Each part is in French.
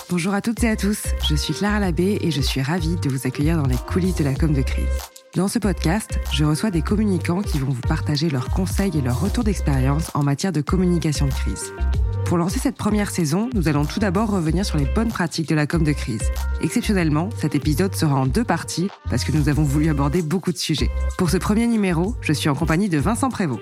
Bonjour à toutes et à tous, je suis Clara Labbé et je suis ravie de vous accueillir dans les coulisses de la com de crise. Dans ce podcast, je reçois des communicants qui vont vous partager leurs conseils et leurs retours d'expérience en matière de communication de crise. Pour lancer cette première saison, nous allons tout d'abord revenir sur les bonnes pratiques de la com de crise. Exceptionnellement, cet épisode sera en 2 parties parce que nous avons voulu aborder beaucoup de sujets. Pour ce premier numéro, je suis en compagnie de Vincent Prévost.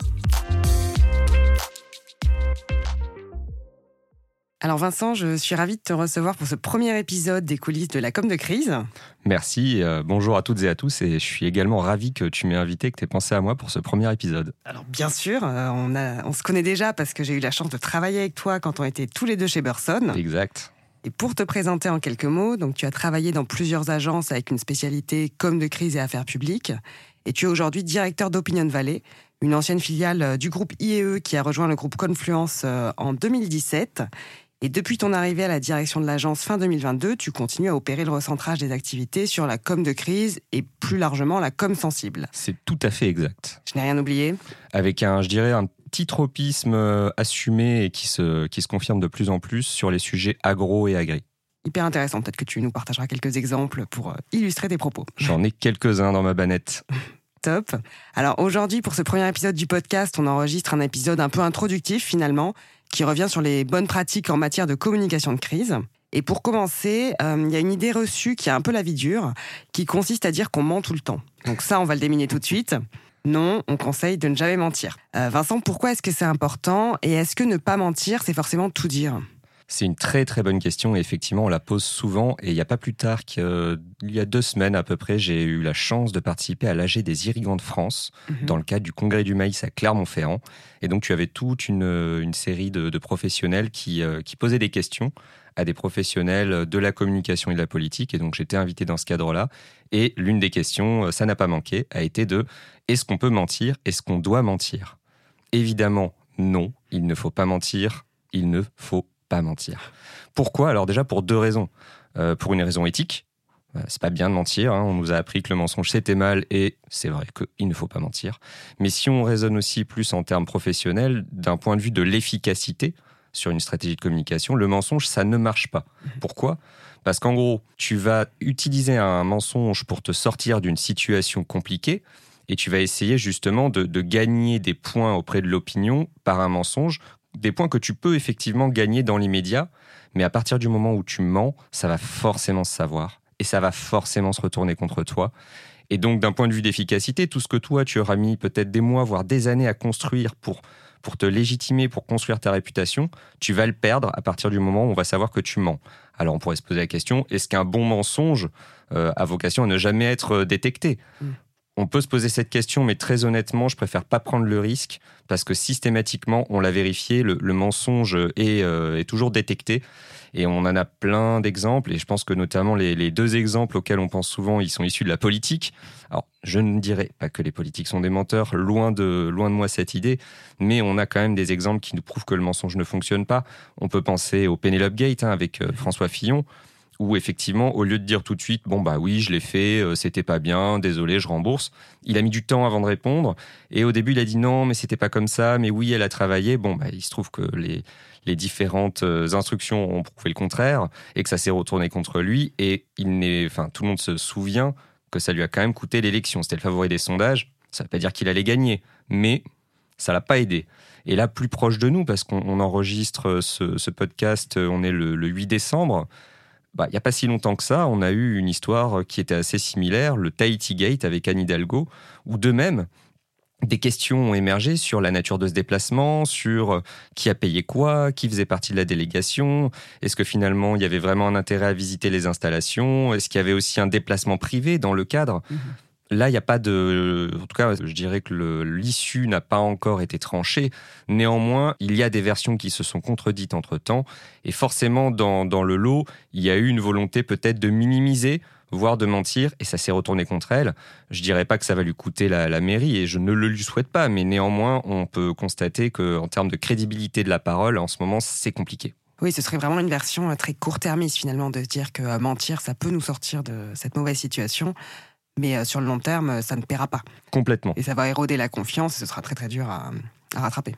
Alors Vincent, je suis ravie de te recevoir pour ce premier épisode des coulisses de la com de crise. Merci, bonjour à toutes et à tous et je suis également ravi que tu m'aies invité, que tu aies pensé à moi pour ce premier épisode. Alors bien sûr, on se connaît déjà parce que j'ai eu la chance de travailler avec toi quand on était tous les deux chez Burson. Exact. Et pour te présenter en quelques mots, donc tu as travaillé dans plusieurs agences avec une spécialité com de crise et affaires publiques et tu es aujourd'hui directeur d'Opinion Valley, une ancienne filiale du groupe IEE qui a rejoint le groupe Confluence en 2017. Et depuis ton arrivée à la direction de l'agence fin 2022, tu continues à opérer le recentrage des activités sur la com de crise et plus largement la com sensible. C'est tout à fait exact. Je n'ai rien oublié. Avec un petit tropisme assumé et qui se confirme de plus en plus sur les sujets agro et agri. Hyper intéressant, peut-être que tu nous partageras quelques exemples pour illustrer tes propos. J'en ai quelques-uns dans ma banette. Top. Alors aujourd'hui, pour ce premier épisode du podcast, on enregistre un épisode un peu introductif finalement, qui revient sur les bonnes pratiques en matière de communication de crise. Et pour commencer, il y a une idée reçue qui a un peu la vie dure, qui consiste à dire qu'on ment tout le temps. Donc ça, on va le déminer tout de suite. Non, on conseille de ne jamais mentir. Vincent, pourquoi est-ce que c'est important ? Et est-ce que ne pas mentir, c'est forcément tout dire ? C'est une très très bonne question et effectivement on la pose souvent et il n'y a pas plus tard qu'il y a 2 semaines à peu près, j'ai eu la chance de participer à l'AG des Irrigants de France dans le cadre du Congrès du maïs à Clermont-Ferrand et donc tu avais toute une série de professionnels qui posaient des questions à des professionnels de la communication et de la politique et donc j'étais invité dans ce cadre-là et l'une des questions, ça n'a pas manqué, a été de est-ce qu'on peut mentir ? Est-ce qu'on doit mentir ? Évidemment non, il ne faut pas mentir, il ne faut pas mentir. Pourquoi ? Alors déjà pour 2 raisons. Pour une raison éthique, c'est pas bien de mentir, on nous a appris que le mensonge c'était mal et c'est vrai qu'il ne faut pas mentir. Mais si on raisonne aussi plus en termes professionnels, d'un point de vue de l'efficacité sur une stratégie de communication, le mensonge ça ne marche pas. Pourquoi ? Parce qu'en gros, tu vas utiliser un mensonge pour te sortir d'une situation compliquée et tu vas essayer justement de gagner des points auprès de l'opinion par un mensonge, des points que tu peux effectivement gagner dans l'immédiat, mais à partir du moment où tu mens, ça va forcément se savoir et ça va forcément se retourner contre toi. Et donc, d'un point de vue d'efficacité, tout ce que toi, tu auras mis peut-être des mois, voire des années à construire pour te légitimer, pour construire ta réputation, tu vas le perdre à partir du moment où on va savoir que tu mens. Alors, on pourrait se poser la question, est-ce qu'un bon mensonge a vocation à ne jamais être détecté ? On peut se poser cette question, mais très honnêtement, je préfère pas prendre le risque parce que systématiquement, on l'a vérifié, le mensonge est toujours détecté et on en a plein d'exemples et je pense que notamment les 2 exemples auxquels on pense souvent, ils sont issus de la politique. Alors, je ne dirais pas que les politiques sont des menteurs, loin de moi cette idée, mais on a quand même des exemples qui nous prouvent que le mensonge ne fonctionne pas. On peut penser au Penelope Gate avec François Fillon, où effectivement, au lieu de dire tout de suite « bon bah oui, je l'ai fait, c'était pas bien, désolé, je rembourse », il a mis du temps avant de répondre, et au début il a dit « non, mais c'était pas comme ça, mais oui, elle a travaillé », bon bah il se trouve que les différentes instructions ont prouvé le contraire, et que ça s'est retourné contre lui, et tout le monde se souvient que ça lui a quand même coûté l'élection, c'était le favori des sondages, ça veut pas dire qu'il allait gagner, mais ça l'a pas aidé. Et là, plus proche de nous, parce qu'on enregistre ce podcast, on est le 8 décembre, il n'y a pas si longtemps que ça, on a eu une histoire qui était assez similaire, le Tahiti Gate avec Anne Hidalgo, où de même, des questions ont émergé sur la nature de ce déplacement, sur qui a payé quoi, qui faisait partie de la délégation, est-ce que finalement il y avait vraiment un intérêt à visiter les installations, est-ce qu'il y avait aussi un déplacement privé dans le cadre ? Là, il n'y a pas de... En tout cas, je dirais que l'issue n'a pas encore été tranchée. Néanmoins, il y a des versions qui se sont contredites entre-temps. Et forcément, dans le lot, il y a eu une volonté peut-être de minimiser, voire de mentir, et ça s'est retourné contre elle. Je ne dirais pas que ça va lui coûter la mairie, et je ne le lui souhaite pas. Mais néanmoins, on peut constater qu'en termes de crédibilité de la parole, en ce moment, c'est compliqué. Oui, ce serait vraiment une version très court-termiste, finalement, de dire que mentir, ça peut nous sortir de cette mauvaise situation. Mais sur le long terme, ça ne paiera pas. Complètement. Et ça va éroder la confiance et ce sera très très dur à rattraper.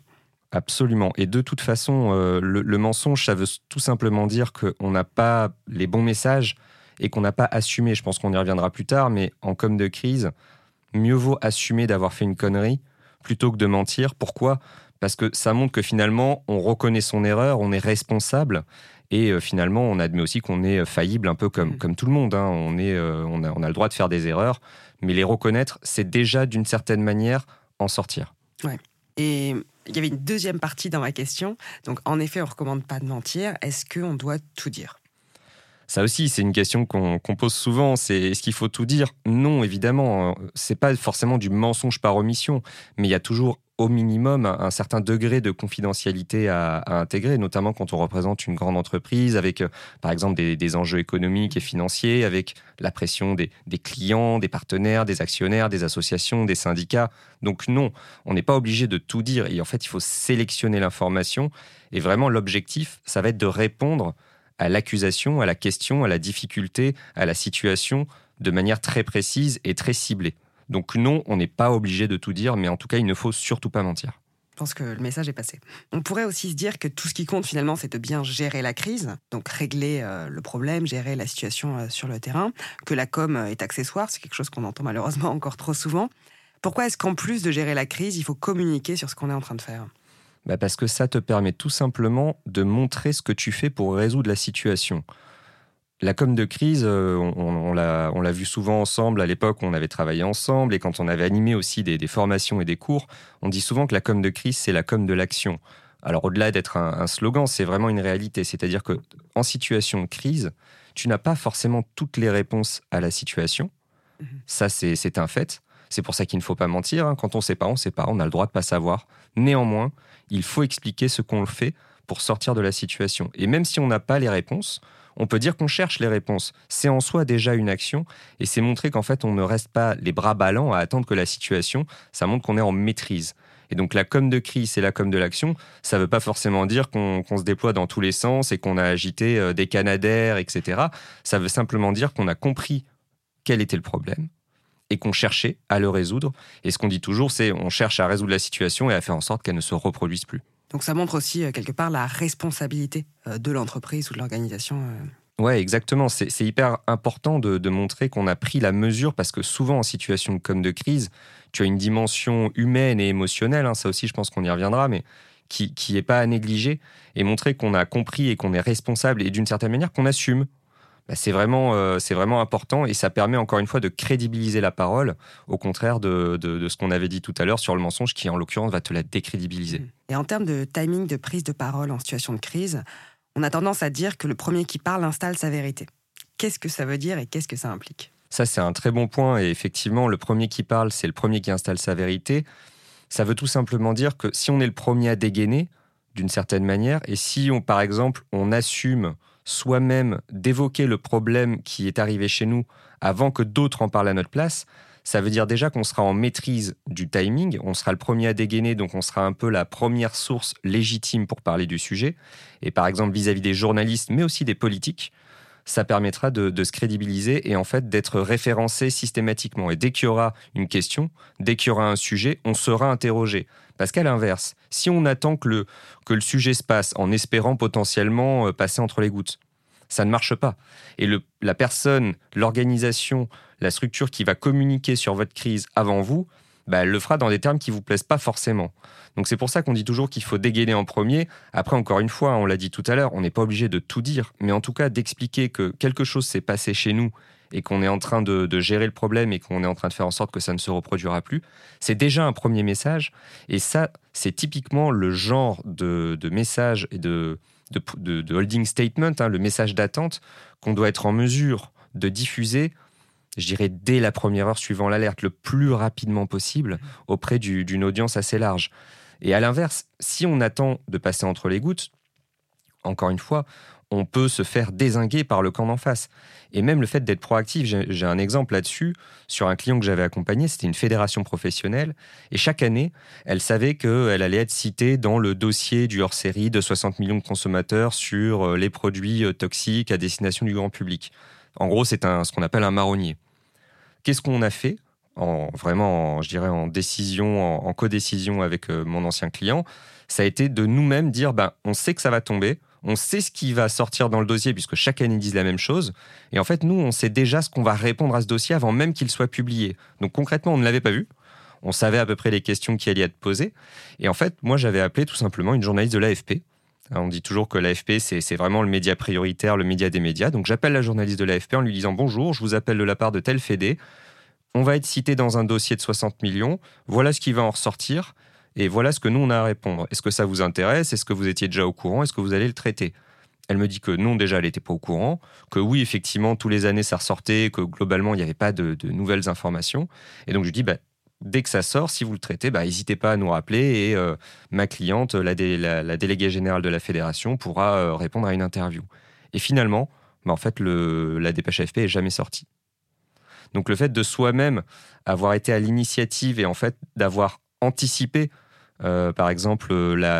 Absolument. Et de toute façon, le mensonge, ça veut tout simplement dire qu'on n'a pas les bons messages et qu'on n'a pas assumé. Je pense qu'on y reviendra plus tard, mais en com de crise, mieux vaut assumer d'avoir fait une connerie plutôt que de mentir. Pourquoi ? Parce que ça montre que finalement, on reconnaît son erreur, on est responsable et finalement, on admet aussi qu'on est faillible un peu comme tout le monde. Hein. On a le droit de faire des erreurs, mais les reconnaître, c'est déjà d'une certaine manière en sortir. Ouais. Et il y avait une deuxième partie dans ma question. Donc, en effet, on ne recommande pas de mentir. Est-ce qu'on doit tout dire ? Ça aussi, c'est une question qu'on pose souvent. C'est est-ce qu'il faut tout dire ? Non, évidemment. C'est pas forcément du mensonge par omission, mais il y a toujours au minimum un certain degré de confidentialité à intégrer, notamment quand on représente une grande entreprise avec, par exemple, des enjeux économiques et financiers, avec la pression des clients, des partenaires, des actionnaires, des associations, des syndicats. Donc non, on n'est pas obligé de tout dire. Et en fait, il faut sélectionner l'information. Et vraiment, l'objectif, ça va être de répondre à l'accusation, à la question, à la difficulté, à la situation de manière très précise et très ciblée. Donc non, on n'est pas obligé de tout dire, mais en tout cas, il ne faut surtout pas mentir. Je pense que le message est passé. On pourrait aussi se dire que tout ce qui compte finalement, c'est de bien gérer la crise, donc régler le problème, gérer la situation sur le terrain, que la com est accessoire, c'est quelque chose qu'on entend malheureusement encore trop souvent. Pourquoi est-ce qu'en plus de gérer la crise, il faut communiquer sur ce qu'on est en train de faire ? Parce que ça te permet tout simplement de montrer ce que tu fais pour résoudre la situation. La com de crise, on l'a vu souvent ensemble à l'époque où on avait travaillé ensemble et quand on avait animé aussi des formations et des cours, on dit souvent que la com de crise, c'est la com de l'action. Alors au-delà d'être un slogan, c'est vraiment une réalité. C'est-à-dire qu'en situation de crise, tu n'as pas forcément toutes les réponses à la situation. Ça, c'est un fait. C'est pour ça qu'il ne faut pas mentir. Hein. Quand on ne sait pas, on ne sait pas. On a le droit de ne pas savoir. Néanmoins, il faut expliquer ce qu'on fait pour sortir de la situation. Et même si on n'a pas les réponses, on peut dire qu'on cherche les réponses. C'est en soi déjà une action et c'est montrer qu'en fait, on ne reste pas les bras ballants à attendre que la situation, ça montre qu'on est en maîtrise. Et donc la com de crise et la com de l'action, ça ne veut pas forcément dire qu'on se déploie dans tous les sens et qu'on a agité des canadaires, etc. Ça veut simplement dire qu'on a compris quel était le problème et qu'on cherchait à le résoudre. Et ce qu'on dit toujours, c'est on cherche à résoudre la situation et à faire en sorte qu'elle ne se reproduise plus. Donc ça montre aussi quelque part la responsabilité de l'entreprise ou de l'organisation. Ouais, exactement. C'est hyper important de montrer qu'on a pris la mesure parce que souvent en situation de com de crise, tu as une dimension humaine et émotionnelle, hein, ça aussi je pense qu'on y reviendra, mais qui n'est pas à négliger et montrer qu'on a compris et qu'on est responsable et d'une certaine manière qu'on assume. C'est vraiment important et ça permet encore une fois de crédibiliser la parole, au contraire de ce qu'on avait dit tout à l'heure sur le mensonge qui en l'occurrence va te la décrédibiliser. Et en termes de timing de prise de parole en situation de crise, on a tendance à dire que le premier qui parle installe sa vérité. Qu'est-ce que ça veut dire et qu'est-ce que ça implique ? Ça, c'est un très bon point et effectivement, le premier qui parle, c'est le premier qui installe sa vérité. Ça veut tout simplement dire que si on est le premier à dégainer, d'une certaine manière, et si par exemple, on assume soi-même d'évoquer le problème qui est arrivé chez nous avant que d'autres en parlent à notre place, ça veut dire déjà qu'on sera en maîtrise du timing, on sera le premier à dégainer, donc on sera un peu la première source légitime pour parler du sujet. Et par exemple, vis-à-vis des journalistes, mais aussi des politiques, ça permettra de se crédibiliser et en fait d'être référencé systématiquement. Et dès qu'il y aura une question, dès qu'il y aura un sujet, on sera interrogé. Parce qu'à l'inverse, si on attend que le sujet se passe en espérant potentiellement passer entre les gouttes, ça ne marche pas. Et la personne, l'organisation, la structure qui va communiquer sur votre crise avant vous, elle le fera dans des termes qui ne vous plaisent pas forcément. Donc c'est pour ça qu'on dit toujours qu'il faut dégainer en premier. Après, encore une fois, on l'a dit tout à l'heure, on n'est pas obligé de tout dire, mais en tout cas d'expliquer que quelque chose s'est passé chez nous et qu'on est en train de gérer le problème et qu'on est en train de faire en sorte que ça ne se reproduira plus, c'est déjà un premier message. Et ça, c'est typiquement le genre de message et de holding statement, hein, le message d'attente qu'on doit être en mesure de diffuser, je dirais, dès la première heure suivant l'alerte, le plus rapidement possible auprès d'une audience assez large. Et à l'inverse, si on attend de passer entre les gouttes, encore une fois, on peut se faire dézinguer par le camp d'en face. Et même le fait d'être proactif, j'ai un exemple là-dessus, sur un client que j'avais accompagné, c'était une fédération professionnelle, et chaque année, elle savait qu'elle allait être citée dans le dossier du hors-série de 60 millions de consommateurs sur les produits toxiques à destination du grand public. En gros, c'est ce qu'on appelle un marronnier. Qu'est-ce qu'on a fait en codécision avec mon ancien client? ça a été de nous-mêmes dire, on sait que ça va tomber, on sait ce qui va sortir dans le dossier, puisque chaque année ils disent la même chose. Et en fait, nous, on sait déjà ce qu'on va répondre à ce dossier avant même qu'il soit publié. Donc concrètement, on ne l'avait pas vu. On savait à peu près les questions qui allaient être posées. Et en fait, moi, j'avais appelé tout simplement une journaliste de l'AFP. On dit toujours que l'AFP, c'est vraiment le média prioritaire, le média des médias. Donc j'appelle la journaliste de l'AFP en lui disant « Bonjour, je vous appelle de la part de telle fédé. On va être cité dans un dossier de 60 millions. Voilà ce qui va en ressortir. Et voilà ce que nous, on a à répondre. Est-ce que ça vous intéresse? Est-ce que vous étiez déjà au courant? Est-ce que vous allez le traiter ?» Elle me dit que non, déjà, elle n'était pas au courant, que oui, effectivement, tous les années, ça ressortait, que globalement, il n'y avait pas de nouvelles informations. Et donc, je lui dis, dès que ça sort, si vous le traitez, n'hésitez pas à nous rappeler et ma cliente, la déléguée générale de la fédération, pourra répondre à une interview. Et finalement, en fait, la dépêche AFP n'est jamais sortie. Donc, le fait de soi-même avoir été à l'initiative et en fait d'avoir anticipé par exemple,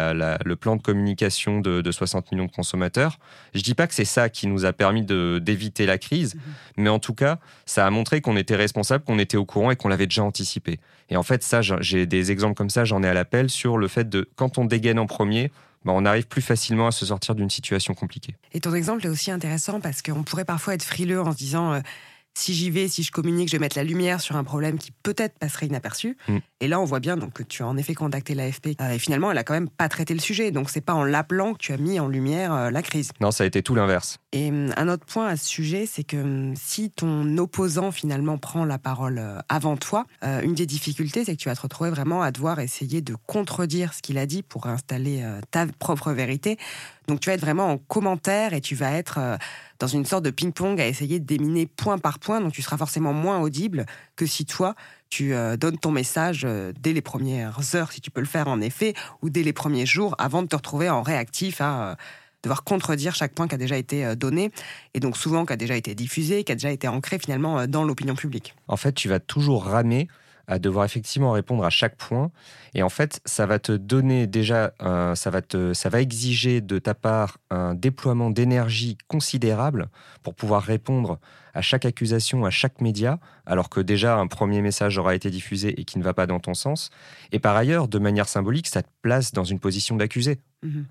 le plan de communication de 60 millions de consommateurs. Je ne dis pas que c'est ça qui nous a permis d'éviter la crise, mais en tout cas, ça a montré qu'on était responsable, qu'on était au courant et qu'on l'avait déjà anticipé. Et en fait, ça, j'ai des exemples comme ça, j'en ai à l'appel sur le fait de, quand on dégaine en premier, on arrive plus facilement à se sortir d'une situation compliquée. Et ton exemple est aussi intéressant parce qu'on pourrait parfois être frileux en se disant... si j'y vais, si je communique, je vais mettre la lumière sur un problème qui peut-être passerait inaperçu. Et là, on voit bien donc, que tu as en effet contacté l'AFP. Et finalement, elle n'a quand même pas traité le sujet. Donc, c'est pas en l'appelant que tu as mis en lumière la crise. Non, ça a été tout l'inverse. Et un autre point à ce sujet, c'est que si ton opposant, finalement, prend la parole avant toi, une des difficultés, c'est que tu vas te retrouver vraiment à devoir essayer de contredire ce qu'il a dit pour installer ta propre vérité. Donc, tu vas être vraiment en commentaire et tu vas être dans une sorte de ping-pong à essayer de déminer point par point. Donc, tu seras forcément moins audible que si toi, tu donnes ton message dès les premières heures, si tu peux le faire en effet, ou dès les premiers jours, avant de te retrouver en réactif à devoir contredire chaque point qui a déjà été donné, et donc souvent qui a déjà été diffusé, qui a déjà été ancré finalement dans l'opinion publique. En fait, tu vas toujours ramer à devoir effectivement répondre à chaque point. Et en fait, ça va te donner déjà, ça va exiger de ta part un déploiement d'énergie considérable pour pouvoir répondre à chaque accusation, à chaque média, alors que déjà un premier message aura été diffusé et qui ne va pas dans ton sens. Et par ailleurs, de manière symbolique, ça te place dans une position d'accusé.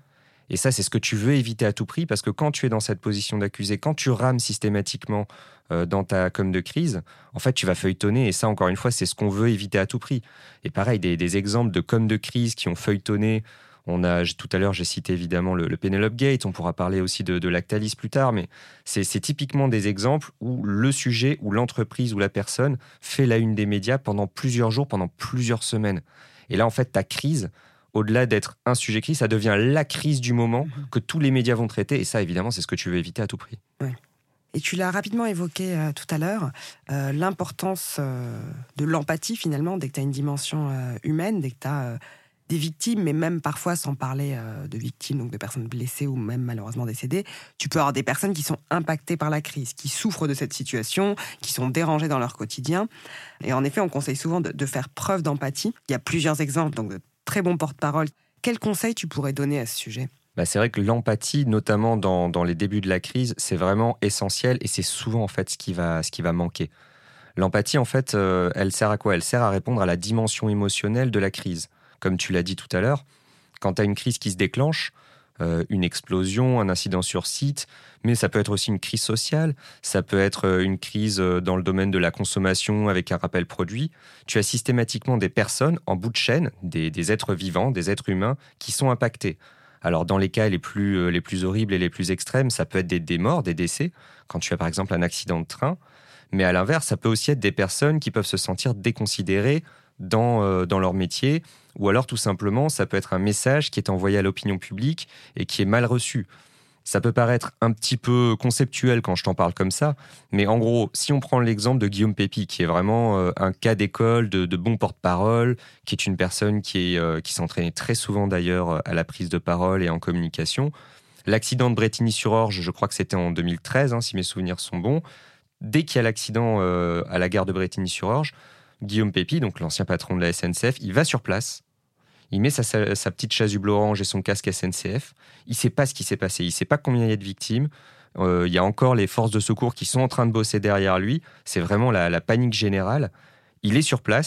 Et ça, c'est ce que tu veux éviter à tout prix, parce que quand tu es dans cette position d'accusé, quand tu rames systématiquement dans ta com de crise, en fait, tu vas feuilletonner. Et ça, encore une fois, c'est ce qu'on veut éviter à tout prix. Et pareil, des exemples de com de crise qui ont feuilletonné. Tout à l'heure, j'ai cité évidemment le Penelope Gate. On pourra parler aussi de Lactalis plus tard. Mais c'est typiquement des exemples où le sujet, ou l'entreprise, ou la personne fait la une des médias pendant plusieurs jours, pendant plusieurs semaines. Et là, en fait, ta crise... au-delà d'être un sujet crise, ça devient la crise du moment que tous les médias vont traiter. Et ça, évidemment, c'est ce que tu veux éviter à tout prix. Ouais. Et tu l'as rapidement évoqué tout à l'heure, l'importance de l'empathie, finalement, dès que tu as une dimension humaine, dès que tu as des victimes, mais même parfois, sans parler de victimes, donc de personnes blessées ou même malheureusement décédées, tu peux avoir des personnes qui sont impactées par la crise, qui souffrent de cette situation, qui sont dérangées dans leur quotidien. Et en effet, on conseille souvent de faire preuve d'empathie. Il y a plusieurs exemples, donc de très bon porte-parole. Quel conseil tu pourrais donner à ce sujet ? C'est vrai que l'empathie, notamment dans les débuts de la crise, c'est vraiment essentiel et c'est souvent en fait ce qui va manquer. L'empathie, en fait, elle sert à quoi ? Elle sert à répondre à la dimension émotionnelle de la crise. Comme tu l'as dit tout à l'heure, quand tu as une crise qui se déclenche, une explosion, un incident sur site, mais ça peut être aussi une crise sociale, ça peut être une crise dans le domaine de la consommation avec un rappel produit. Tu as systématiquement des personnes en bout de chaîne, des êtres vivants, des êtres humains qui sont impactés. Alors dans les cas les plus horribles et les plus extrêmes, ça peut être des morts, des décès, quand tu as par exemple un accident de train, mais à l'inverse, ça peut aussi être des personnes qui peuvent se sentir déconsidérées dans leur métier, ou alors tout simplement, ça peut être un message qui est envoyé à l'opinion publique et qui est mal reçu. Ça peut paraître un petit peu conceptuel quand je t'en parle comme ça, mais en gros, si on prend l'exemple de Guillaume Pépi, qui est vraiment un cas d'école de bon porte-parole, qui est une personne qui s'entraînait très souvent d'ailleurs à la prise de parole et en communication. L'accident de Brétigny-sur-Orge, je crois que c'était en 2013, si mes souvenirs sont bons. Dès qu'il y a l'accident à la gare de Brétigny-sur-Orge, Guillaume Pépi, donc l'ancien patron de la SNCF, il va sur place. Il met sa petite chasuble orange et son casque SNCF. Il ne sait pas ce qui s'est passé. Il ne sait pas combien il y a de victimes. Il y a encore les forces de secours qui sont en train de bosser derrière lui. C'est vraiment la panique générale. Il est sur place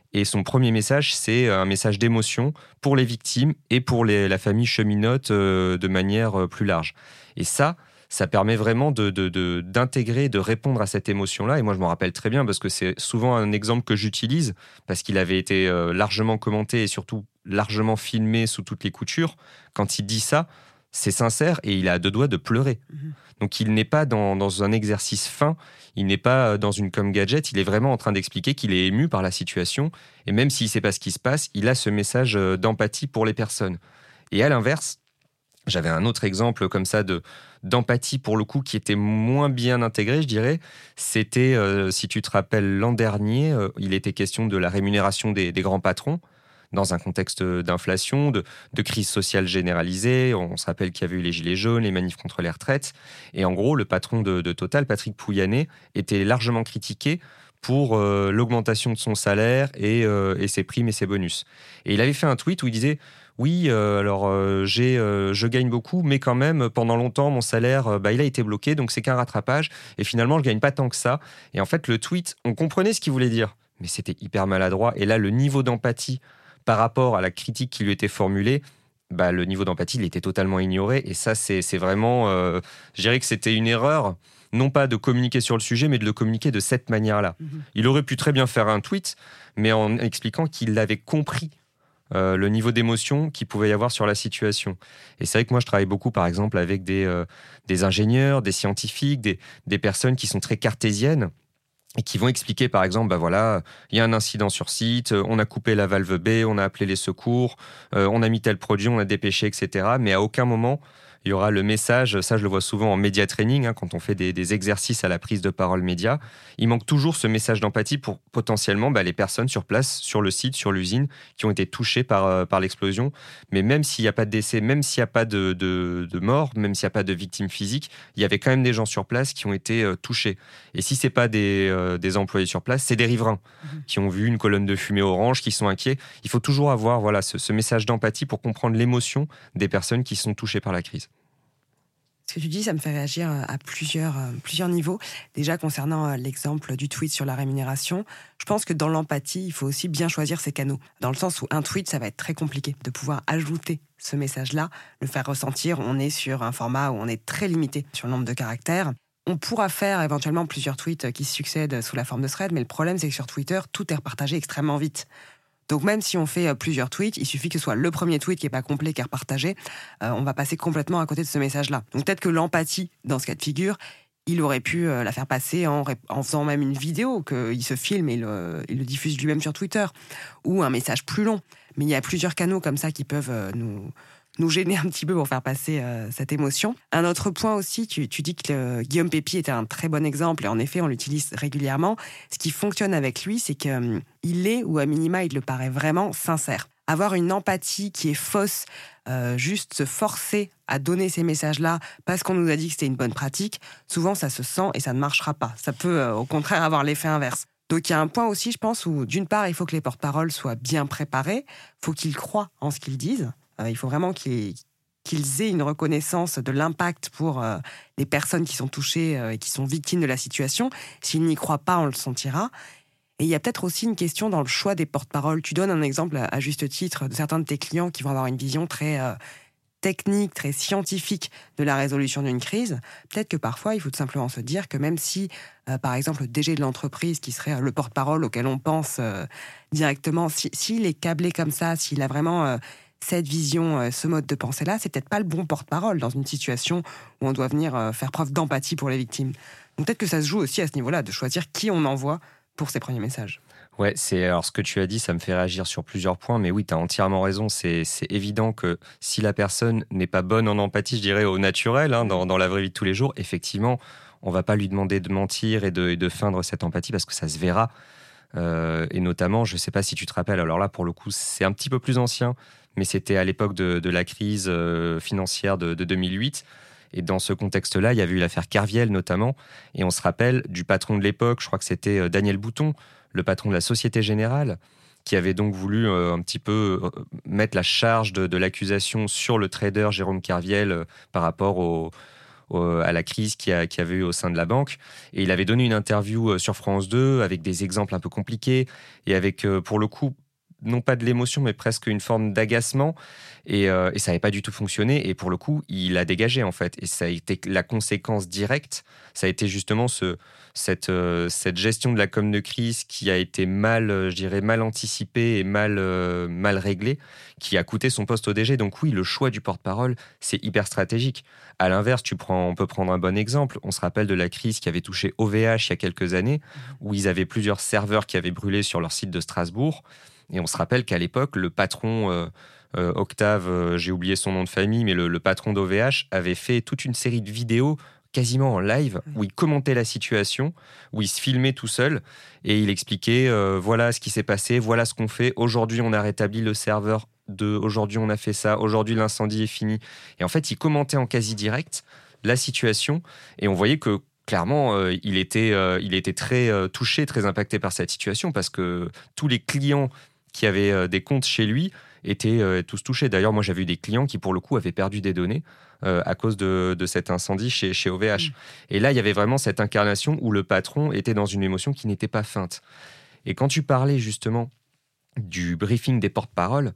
Et son premier message, c'est un message d'émotion pour les victimes et pour la famille cheminote de manière plus large. Et ça permet vraiment d'intégrer, de répondre à cette émotion-là. Et moi, je m'en rappelle très bien parce que c'est souvent un exemple que j'utilise parce qu'il avait été largement commenté et surtout largement filmé sous toutes les coutures. Quand il dit ça, c'est sincère et il a à deux doigts de pleurer. Donc il n'est pas dans un exercice fin, il n'est pas dans une com gadget, il est vraiment en train d'expliquer qu'il est ému par la situation. Et même s'il ne sait pas ce qui se passe, il a ce message d'empathie pour les personnes. Et à l'inverse, j'avais un autre exemple comme ça d'empathie pour le coup qui était moins bien intégré, je dirais. C'était, si tu te rappelles, l'an dernier, il était question de la rémunération des grands patrons dans un contexte d'inflation, de crise sociale généralisée. On se rappelle qu'il y avait eu les gilets jaunes, les manifs contre les retraites. Et en gros, le patron de Total, Patrick Pouyanné, était largement critiqué pour l'augmentation de son salaire et ses primes et ses bonus. Et il avait fait un tweet où il disait « Oui, je gagne beaucoup, mais quand même, pendant longtemps, mon salaire, il a été bloqué, donc c'est qu'un rattrapage. Et finalement, je gagne pas tant que ça. » Et en fait, le tweet, on comprenait ce qu'il voulait dire, mais c'était hyper maladroit. Et là, le niveau d'empathie par rapport à la critique qui lui était formulée, le niveau d'empathie, il était totalement ignoré. Et ça, c'est vraiment... je dirais que c'était une erreur, non pas de communiquer sur le sujet, mais de le communiquer de cette manière-là. Il aurait pu très bien faire un tweet, mais en expliquant qu'il avait compris le niveau d'émotion qu'il pouvait y avoir sur la situation. Et c'est vrai que moi, je travaille beaucoup, par exemple, avec des ingénieurs, des scientifiques, des personnes qui sont très cartésiennes, et qui vont expliquer, par exemple, il y a un incident sur site, on a coupé la valve B, on a appelé les secours, on a mis tel produit, on a dépêché, etc. Mais à aucun moment, il y aura le message, ça je le vois souvent en média training, quand on fait des exercices à la prise de parole média, il manque toujours ce message d'empathie pour potentiellement les personnes sur place, sur le site, sur l'usine, qui ont été touchées par l'explosion. Mais même s'il n'y a pas de décès, même s'il n'y a pas de mort, même s'il n'y a pas de victimes physiques, il y avait quand même des gens sur place qui ont été touchés. Et si ce n'est pas des employés sur place, c'est des riverains qui ont vu une colonne de fumée orange, qui sont inquiets. Il faut toujours avoir ce message d'empathie pour comprendre l'émotion des personnes qui sont touchées par la crise. Ce que tu dis, ça me fait réagir à plusieurs niveaux. Déjà, concernant l'exemple du tweet sur la rémunération, je pense que dans l'empathie, il faut aussi bien choisir ses canaux. Dans le sens où un tweet, ça va être très compliqué de pouvoir ajouter ce message-là, le faire ressentir. On est sur un format où on est très limité sur le nombre de caractères. On pourra faire éventuellement plusieurs tweets qui succèdent sous la forme de thread, mais le problème, c'est que sur Twitter, tout est repartagé extrêmement vite. Donc même si on fait plusieurs tweets, il suffit que ce soit le premier tweet qui n'est pas complet, qui est repartagé, on va passer complètement à côté de ce message-là. Donc peut-être que l'empathie, dans ce cas de figure, il aurait pu la faire passer en faisant même une vidéo, qu'il se filme et il le diffuse lui-même sur Twitter, ou un message plus long. Mais il y a plusieurs canaux comme ça qui peuvent nous gêner un petit peu pour faire passer cette émotion. Un autre point aussi, tu dis que Guillaume Pépi était un très bon exemple, et en effet, on l'utilise régulièrement. Ce qui fonctionne avec lui, c'est qu'il est, ou à minima, il le paraît vraiment sincère. Avoir une empathie qui est fausse, juste se forcer à donner ces messages-là parce qu'on nous a dit que c'était une bonne pratique, souvent ça se sent et ça ne marchera pas. Ça peut au contraire avoir l'effet inverse. Donc il y a un point aussi, je pense, où d'une part, il faut que les porte-paroles soient bien préparés, il faut qu'ils croient en ce qu'ils disent. Il faut vraiment qu'ils aient une reconnaissance de l'impact pour les personnes qui sont touchées et qui sont victimes de la situation. S'ils n'y croient pas, on le sentira. Et il y a peut-être aussi une question dans le choix des porte-paroles. Tu donnes un exemple à juste titre de certains de tes clients qui vont avoir une vision très technique, très scientifique de la résolution d'une crise. Peut-être que parfois, il faut tout simplement se dire que même si, par exemple, le DG de l'entreprise, qui serait le porte-parole auquel on pense directement, s'il est câblé comme ça, s'il a vraiment... cette vision, ce mode de pensée-là, c'est peut-être pas le bon porte-parole dans une situation où on doit venir faire preuve d'empathie pour les victimes. Donc peut-être que ça se joue aussi à ce niveau-là, de choisir qui on envoie pour ces premiers messages. Ouais, alors ce que tu as dit, ça me fait réagir sur plusieurs points, mais oui, tu as entièrement raison. C'est évident que si la personne n'est pas bonne en empathie, je dirais au naturel, dans la vraie vie de tous les jours, effectivement, on va pas lui demander de mentir et de feindre cette empathie parce que ça se verra. Et notamment, je sais pas si tu te rappelles, alors là, pour le coup, c'est un petit peu plus ancien, mais c'était à l'époque de la crise financière de 2008. Et dans ce contexte-là, il y avait eu l'affaire Kerviel notamment. Et on se rappelle du patron de l'époque, je crois que c'était Daniel Bouton, le patron de la Société Générale, qui avait donc voulu un petit peu mettre la charge de l'accusation sur le trader Jérôme Kerviel par rapport à la crise qu'il y avait eu au sein de la banque. Et il avait donné une interview sur France 2 avec des exemples un peu compliqués et avec, pour le coup, non pas de l'émotion, mais presque une forme d'agacement. Et ça n'avait pas du tout fonctionné. Et pour le coup, il a dégagé, en fait. Et ça a été la conséquence directe. Ça a été justement cette gestion de la com de crise qui a été mal anticipée et mal réglée, qui a coûté son poste au DG. Donc oui, le choix du porte-parole, c'est hyper stratégique. À l'inverse, on peut prendre un bon exemple. On se rappelle de la crise qui avait touché OVH il y a quelques années, où ils avaient plusieurs serveurs qui avaient brûlé sur leur site de Strasbourg. Et on se rappelle qu'à l'époque, le patron Octave, j'ai oublié son nom de famille, mais le patron d'OVH avait fait toute une série de vidéos quasiment en live où il commentait la situation, où il se filmait tout seul et il expliquait voilà ce qui s'est passé, voilà ce qu'on fait. Aujourd'hui, on a rétabli le serveur aujourd'hui, on a fait ça. Aujourd'hui, l'incendie est fini. Et en fait, il commentait en quasi direct la situation et on voyait que clairement, il était très touché, très impacté par cette situation parce que tous les clients qui avaient des comptes chez lui étaient tous touchés. D'ailleurs, moi, j'avais eu des clients qui, pour le coup, avaient perdu des données à cause de cet incendie chez OVH. Et là, il y avait vraiment cette incarnation où le patron était dans une émotion qui n'était pas feinte. Et quand tu parlais justement du briefing des porte-paroles,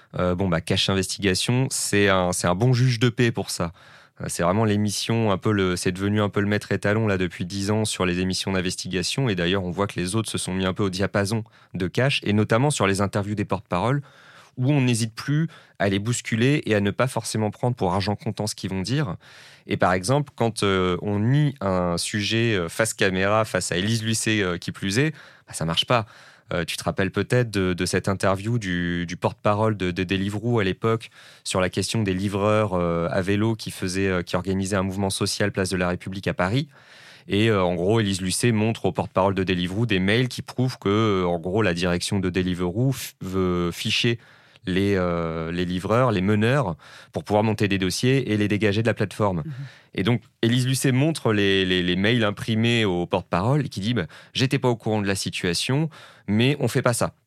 Cache Investigation, c'est un bon juge de paix pour ça. C'est vraiment l'émission, c'est devenu un peu le maître étalon là, depuis 10 ans sur les émissions d'investigation. Et d'ailleurs, on voit que les autres se sont mis un peu au diapason de Cache, et notamment sur les interviews des porte-paroles, où on n'hésite plus à les bousculer et à ne pas forcément prendre pour argent comptant ce qu'ils vont dire. Et par exemple, quand on nie un sujet face caméra, face à Élise Lucet qui plus est, ça marche pas. Tu te rappelles peut-être de cette interview du porte-parole de Deliveroo à l'époque sur la question des livreurs à vélo qui organisaient un mouvement social Place de la République à Paris. Et en gros, Élise Lucet montre au porte-parole de Deliveroo des mails qui prouvent que, en gros, la direction de Deliveroo veut ficher les livreurs, les meneurs, pour pouvoir monter des dossiers et les dégager de la plateforme. Et donc, Élise Lucet montre les mails imprimés au porte-parole et qui dit j'étais pas au courant de la situation, mais on fait pas ça.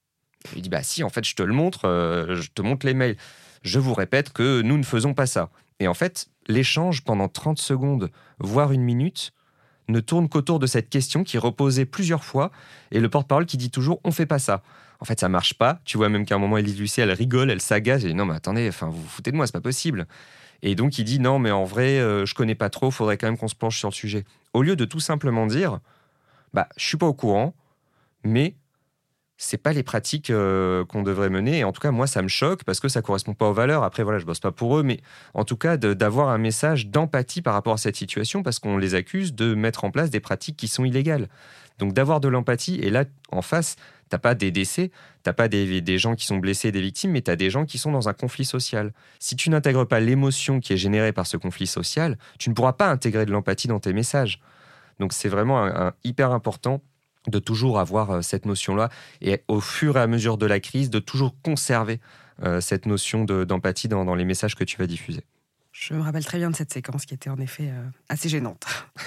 Il dit si, en fait, je te le montre, je te montre les mails. Je vous répète que nous ne faisons pas ça. Et en fait, l'échange pendant 30 secondes, voire une minute, ne tourne qu'autour de cette question qui reposait plusieurs fois et le porte-parole qui dit toujours on fait pas ça. En fait, ça marche pas. Tu vois même qu'à un moment, Élise Lucet, elle rigole, elle s'agace. Elle dit non, mais attendez, vous vous foutez de moi, c'est pas possible. Et donc, il dit non, mais en vrai, je connais pas trop, faudrait quand même qu'on se penche sur le sujet. Au lieu de tout simplement dire je suis pas au courant, mais c'est pas les pratiques qu'on devrait mener. Et en tout cas, moi, ça me choque parce que ça correspond pas aux valeurs. Après, voilà, je bosse pas pour eux, mais en tout cas, d'avoir un message d'empathie par rapport à cette situation parce qu'on les accuse de mettre en place des pratiques qui sont illégales. Donc, d'avoir de l'empathie. Et là, en face, t'as pas des décès, t'as pas des gens qui sont blessés, des victimes, mais t'as des gens qui sont dans un conflit social. Si tu n'intègres pas l'émotion qui est générée par ce conflit social, tu ne pourras pas intégrer de l'empathie dans tes messages. Donc, c'est vraiment hyper important de toujours avoir cette notion-là et au fur et à mesure de la crise, de toujours conserver cette notion d'empathie dans les messages que tu vas diffuser. Je me rappelle très bien de cette séquence qui était en effet assez gênante.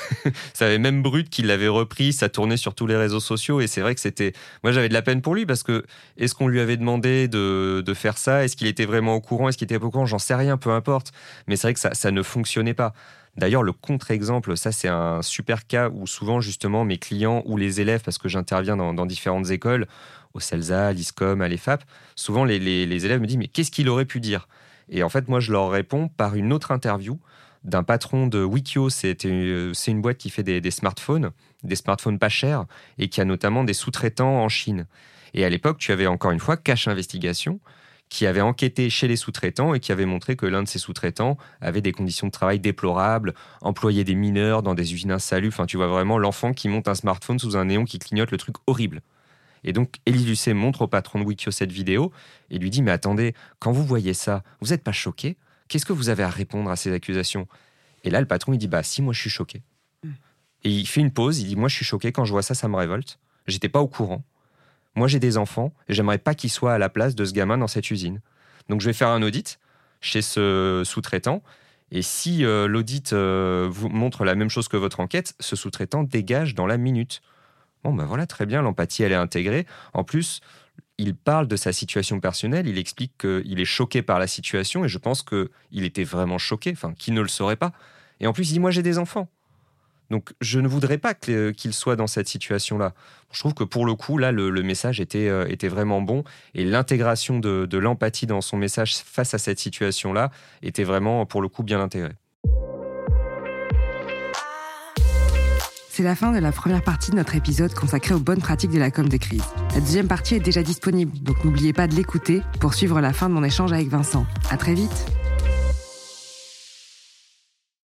Ça avait même Brut qui l'avait repris, ça tournait sur tous les réseaux sociaux et c'est vrai que c'était... Moi j'avais de la peine pour lui parce que est-ce qu'on lui avait demandé de faire ça ? Est-ce qu'il était vraiment au courant ? Est-ce qu'il était pas au courant ? J'en sais rien, peu importe. Mais c'est vrai que ça ne fonctionnait pas. D'ailleurs, le contre-exemple, ça c'est un super cas où souvent justement mes clients ou les élèves, parce que j'interviens dans différentes écoles, au CELSA, à l'ISCOM, à l'EFAP, souvent les élèves me disent mais qu'est-ce qu'il aurait pu dire ? Et en fait, moi je leur réponds par une autre interview d'un patron de Wikio, c'est une boîte qui fait des smartphones pas chers et qui a notamment des sous-traitants en Chine. Et à l'époque, tu avais encore une fois Cache Investigation qui avait enquêté chez les sous-traitants et qui avait montré que l'un de ces sous-traitants avait des conditions de travail déplorables, employait des mineurs dans des usines insalubres. Enfin, tu vois vraiment l'enfant qui monte un smartphone sous un néon qui clignote, le truc horrible. Et donc, Élise Lucet montre au patron de Wikio cette vidéo et lui dit « Mais attendez, quand vous voyez ça, vous n'êtes pas choqué ? Qu'est-ce que vous avez à répondre à ces accusations ?» Et là, le patron, il dit « Si, moi, je suis choqué. » Et il fait une pause, il dit « Moi, je suis choqué, quand je vois ça, ça me révolte. J'étais pas au courant. Moi, j'ai des enfants et j'aimerais pas qu'ils soient à la place de ce gamin dans cette usine. Donc, je vais faire un audit chez ce sous-traitant. Et si l'audit vous montre la même chose que votre enquête, ce sous-traitant dégage dans la minute. » Bon, voilà, très bien, l'empathie, elle est intégrée. En plus, il parle de sa situation personnelle, il explique qu'il est choqué par la situation et je pense qu'il était vraiment choqué, qui ne le saurait pas. Et en plus, il dit, moi, j'ai des enfants. Donc, je ne voudrais pas qu'il soit dans cette situation-là. Je trouve que pour le coup, là, le message était vraiment bon. Et l'intégration de l'empathie dans son message face à cette situation-là était vraiment, pour le coup, bien intégrée. C'est la fin de la première partie de notre épisode consacré aux bonnes pratiques de la com de crise. La deuxième partie est déjà disponible, donc n'oubliez pas de l'écouter pour suivre la fin de mon échange avec Vincent. À très vite.